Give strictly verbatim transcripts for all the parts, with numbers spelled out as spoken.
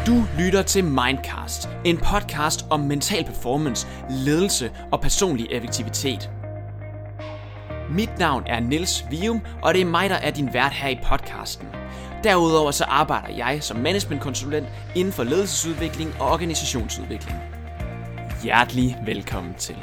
Du lytter til Mindcast, en podcast om mental performance, ledelse og personlig effektivitet. Mit navn er Niels Vium, og det er mig, der er din vært her i podcasten. Derudover så arbejder jeg som managementkonsulent inden for ledelsesudvikling og organisationsudvikling. Hjertelig velkommen til.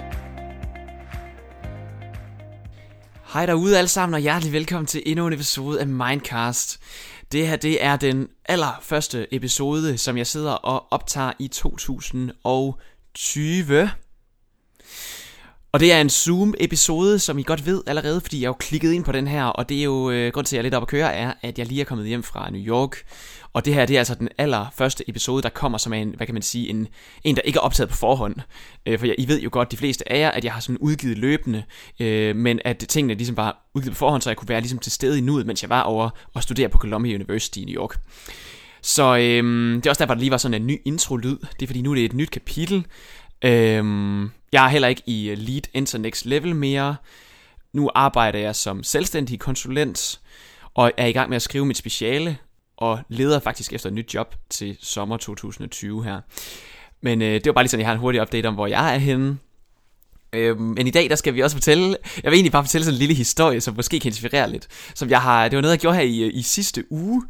Hej derude alle sammen, og hjertelig velkommen til endnu en episode af Mindcast. Det her, det er den allerførste episode, som jeg sidder og optager i to tusind og tyve. Og det er en Zoom-episode, som I godt ved allerede, fordi jeg har jo klikket ind på den her, og det er jo, øh, grund til at jeg er lidt op at køre, er, at jeg lige er kommet hjem fra New York. Og det her, det er altså den allerførste episode, der kommer som en, hvad kan man sige, en, en der ikke er optaget på forhånd. Øh, for jeg, I ved jo godt, de fleste af jer, at jeg har sådan udgivet løbende, øh, men at tingene ligesom bare udgivet på forhånd, så jeg kunne være ligesom til stede i nuet, mens jeg var over og studere på Columbia University i New York. Så øh, det er også derfor, der lige var sådan en ny intro-lyd. Det er fordi, nu er det et nyt kapitel. Øh, jeg er heller ikke i Lead Enter Next Level mere. Nu arbejder jeg som selvstændig konsulent, og er i gang med at skrive mit speciale, og leder faktisk efter et nyt job til sommer to tusind og tyve her. Men øh, det var bare lige sådan, jeg har en hurtig update om, hvor jeg er henne. Øh, men i dag, der skal vi også fortælle, jeg vil egentlig bare fortælle sådan en lille historie, som måske kan inspirere lidt. Som jeg har, det var noget, jeg gjorde her i, i sidste uge.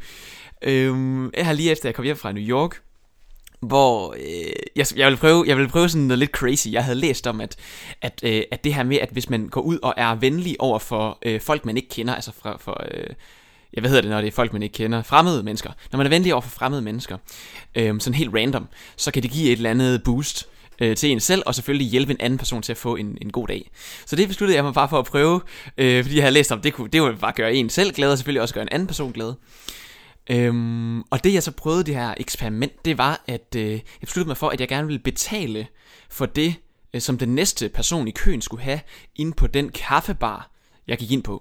Øh, jeg har lige efter, jeg kom hjem fra New York, hvor øh, jeg, jeg, vil prøve, jeg vil prøve sådan noget lidt crazy. Jeg havde læst om, at, at, øh, at det her med, at hvis man går ud og er venlig over for øh, folk, man ikke kender, altså fra, for... Øh, jeg hvad hedder det, når det er folk, man ikke kender, fremmede mennesker. Når man er venlig over for fremmede mennesker, øh, sådan helt random, så kan det give et eller andet boost øh, til en selv, og selvfølgelig hjælpe en anden person til at få en, en god dag. Så det besluttede jeg mig bare for at prøve, øh, fordi jeg havde læst om, det kunne, det kunne bare gøre en selv glad, og selvfølgelig også gøre en anden person glad. Øhm, og det jeg så prøvede, det her eksperiment, det var, at øh, jeg besluttede mig for, at jeg gerne ville betale for det, øh, som den næste person i køen skulle have, inde på den kaffebar, jeg gik ind på.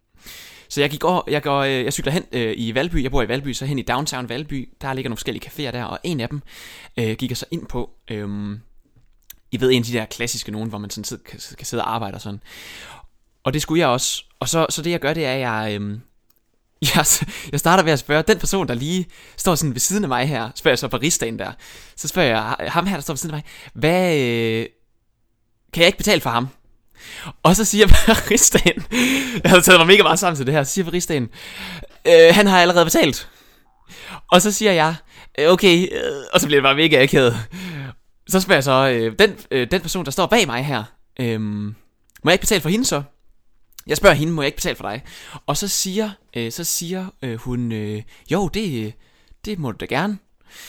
Så jeg gik over, jeg går, jeg cykler hen øh, i Valby, jeg bor i Valby, så hen i downtown Valby, der ligger nogle forskellige caféer der, og en af dem øh, gik jeg så ind på. Øh, I ved, en af de der klassiske nogen, hvor man sådan tid, kan, kan sidde og arbejde og sådan. Og det skulle jeg også. Og så, så det jeg gør, det er, at jeg, øh, jeg, jeg starter ved at spørge den person, der lige står sådan ved siden af mig her, spørger jeg så baristaen der, så spørger jeg ham her, der står ved siden af mig, hvad, øh, kan jeg ikke betale for ham? Og så siger baristaen, jeg havde taget mig mega meget sammen til det her, så siger baristaen, øh, han har allerede betalt. Og så siger jeg, øh, okay, øh, og så bliver det bare mega akavet. Så spørger jeg så, øh, den, øh, den person, der står bag mig her, øh, må jeg ikke betale for hende så? Jeg spørger hende, må jeg ikke betale for dig? Og så siger, øh, så siger øh, hun, øh, jo, det, det må du da gerne.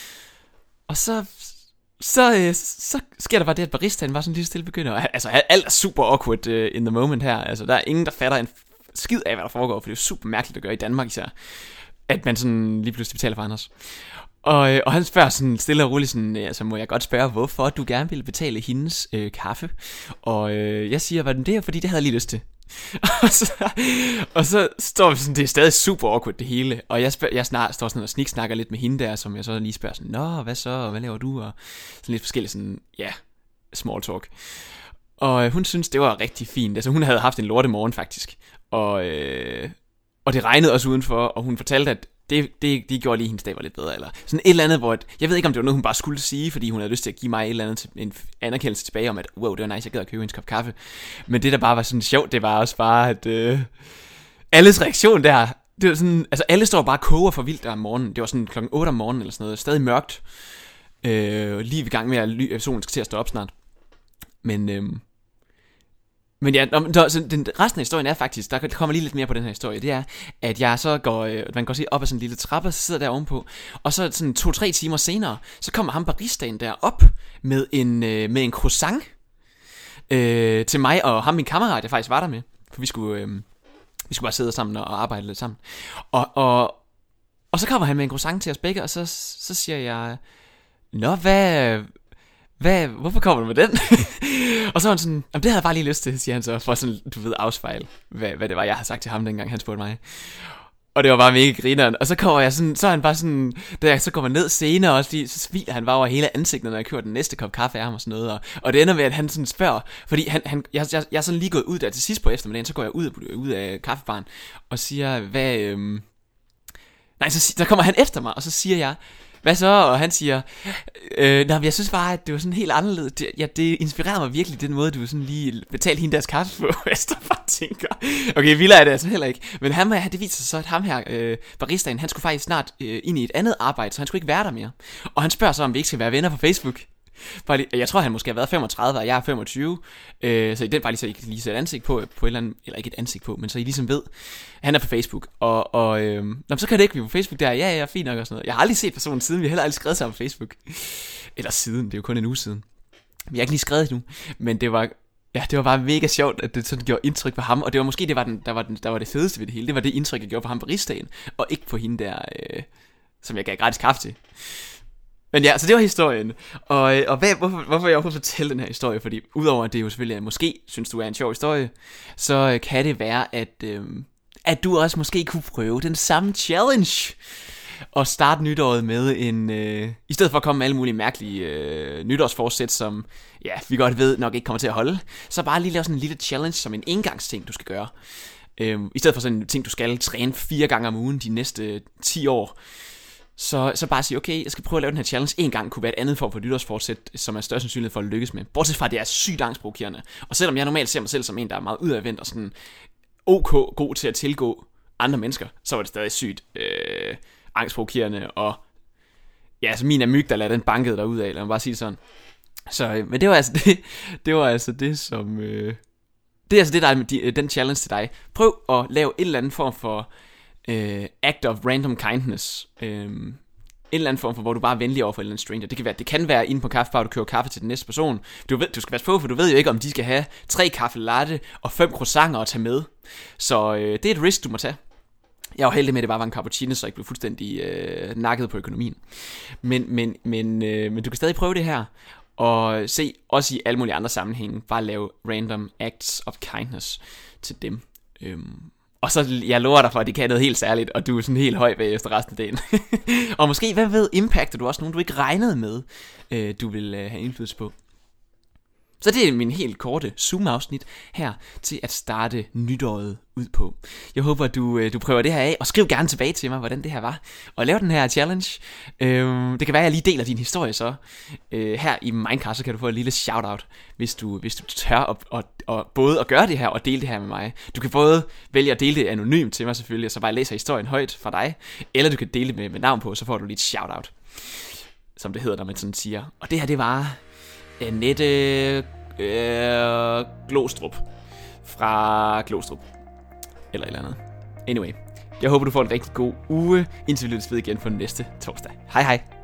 Og så... Så, øh, så sker der bare det, at baristaen var sådan lige stille begynder. Altså alt er super awkward uh, in the moment her. Altså der er ingen, der fatter en skid af, hvad der foregår, for det er jo super mærkeligt at gøre i Danmark især, at man sådan lige pludselig betaler for andres. Og, øh, og han spørger sådan stille og roligt sådan, altså må jeg godt spørge, hvorfor du gerne ville betale hendes øh, kaffe? Og øh, jeg siger, hvad det er, fordi det havde jeg lige lyst til. og, så, og så står vi sådan, det er stadig super awkward det hele. Og jeg, spørger, jeg snart, står sådan og sniksnakker lidt med hende der, som jeg så lige spørger sådan, nå, hvad så, og hvad laver du? Og sådan lidt forskellige sådan, ja, yeah, small talk. Og øh, hun synes, det var rigtig fint. Altså hun havde haft en lortemorgen faktisk. Og, øh, og det regnede også udenfor, og hun fortalte, at det, det, det gjorde lige hendes dag var lidt bedre. Eller sådan et eller andet, hvor et, jeg ved ikke, om det var noget, hun bare skulle sige, fordi hun havde lyst til at give mig et eller andet, en anerkendelse tilbage om, at wow, det var nice, jeg gad at købe en kop kaffe. Men det, der bare var sådan sjovt, det var også bare, at øh, alles reaktion der, det var sådan, altså alle står bare og koger for vildt der om morgenen. Det var sådan klokken otte om morgenen eller sådan noget, stadig mørkt. Øh, lige ved gang med, at ly- solen skal til at stå op snart. Men... Øh, Men ja, så den, resten af historien er faktisk, der kommer lige lidt mere på den her historie, det er, at jeg så går, øh, man går op ad sådan en lille trappe, så sidder der ovenpå, og så sådan to-tre timer senere, så kommer ham baristaen der op med en, øh, med en croissant øh, til mig og ham, min kammerat, jeg faktisk var der med, for vi skulle, øh, vi skulle bare sidde sammen og arbejde lidt sammen, og, og, og så kommer han med en croissant til os begge, og så, så siger jeg, nå, hvad... Hvad, hvorfor kommer du med den? Og så var han sådan, det havde jeg bare lige lyst til, siger han så, for sådan, du ved, afspejle, hvad, hvad det var, jeg havde sagt til ham, dengang han spurgte mig. Og det var bare mega grineren. Og så kommer jeg sådan, så er han bare sådan, da jeg så kommer ned senere også, fordi så smiler han bare over hele ansigtet, når jeg kører den næste kop kaffe af ham og sådan noget. Og, og det ender med, at han sådan spørger, fordi han, han, jeg, jeg, jeg er sådan lige gået ud der til sidst på eftermiddagen, så går jeg ud, ud af kaffebaren og siger, hvad, øhm... nej, så, så kommer han efter mig, og så siger jeg, hvad så? Og han siger, øh, nej, jeg synes bare, at det var sådan helt anderledes. Det, ja, det inspirerede mig virkelig, den måde, du sådan lige betalte hende deres kaffe på. Jeg står bare og tænker, okay, vildere er det altså heller ikke. Men ham her, det viser sig så, at ham her, øh, baristaen, han skulle faktisk snart øh, ind i et andet arbejde, så han skulle ikke være der mere. Og han spørger så, om vi ikke skal være venner på Facebook. Jeg tror han måske har været femogtredive, og jeg er femogtyve, øh, så i den bare lige så I kan lige sætte ansigt på, på et eller andet, eller ikke et ansigt på, men så I ligesom ved, han er på Facebook, og, og øh, nå, så kan det ikke, vi på Facebook der, ja, ja, fint nok og sådan noget. Jeg har aldrig set personen siden, vi har heller aldrig skrevet sammen på Facebook, eller siden, det er jo kun en uge siden, vi har ikke lige skrevet endnu, men det var, ja, det var bare mega sjovt, at det sådan gjorde indtryk på ham, og det var måske, det var, den, der, var den, der var det fedeste ved det hele, det var det indtryk, jeg gjorde på ham på rigsdagen, og ikke på hende der, øh, som jeg gav gratis kaffe til. Men ja, så det var historien. Og, og hvad, hvorfor, hvorfor jeg overhovedet fortælle den her historie? Fordi udover at det jo selvfølgelig, at måske synes du er en sjov historie, så kan det være, at, øh, at du også måske kunne prøve den samme challenge. Og starte nytåret med en, øh, i stedet for at komme med alle mulige mærkelige øh, nytårsforsæt, som ja, vi godt ved nok ikke kommer til at holde, så bare lige lave sådan en lille challenge som en engangsting, du skal gøre. Øh, I stedet for sådan en ting, du skal træne fire gange om ugen de næste ti år. Så, så bare sige, okay, jeg skal prøve at lave den her challenge en gang, kunne være et andet form for nytårsforsæt, som er størst sandsynlighed for at lykkes med. Bortset fra, at det er sygt angstprovokerende. Og selvom jeg normalt ser mig selv som en, der er meget udadvendt og sådan ok god til at tilgå andre mennesker, så var det stadig sygt øh, angstprovokerende. Og ja, altså min amygdala, den bankede derud af, lad mig bare sige det sådan. Så, øh, men det var altså det, det var altså det, som... Øh, det er altså det, der er de, den challenge til dig. Prøv at lave en eller anden form for... Uh, act of random kindness. um, En eller anden form for, hvor du bare er venlig over for en eller anden stranger. Det kan være, det kan være inde på kaffebar, du køber kaffe til den næste person. Du, ved, du skal passe på, for du ved jo ikke, om de skal have tre kaffe latte og fem croissanter at tage med. Så uh, det er et risk, du må tage. Jeg var heldig med, at det bare var en cappuccino, så jeg ikke blev fuldstændig uh, nakket på økonomien. Men, men, men, uh, men du kan stadig prøve det her. Og se, også i alle mulige andre sammenhænge, bare lave random acts of kindness til dem. um, Og så jeg lover dig for, at det kan noget helt særligt, og du er sådan helt høj bagefter resten af dagen. Og måske, hvad ved, impacter du også nogen, du ikke regnede med, øh, du vil øh, have indflydelse på. Så det er min helt korte Zoom-afsnit her til at starte nytåret ud på. Jeg håber, du, øh, du prøver det her af, og skriv gerne tilbage til mig, hvordan det her var. Og lav den her challenge. Øh, det kan være, at jeg lige deler din historie så. Øh, her i Minecraft, så kan du få et lille shout-out, hvis du, hvis du tør at, at, at, både at gøre det her og dele det her med mig. Du kan både vælge at dele det anonymt til mig selvfølgelig, og så bare læser historien højt fra dig. Eller du kan dele det med, med navn på, så får du lige et shout-out. Som det hedder, når man sådan siger. Og det her, det var... Annette øh, Glostrup fra Glostrup eller et eller andet. Anyway, jeg håber du får en rigtig god uge, indtil vi lyttes ved igen på næste torsdag. Hej hej.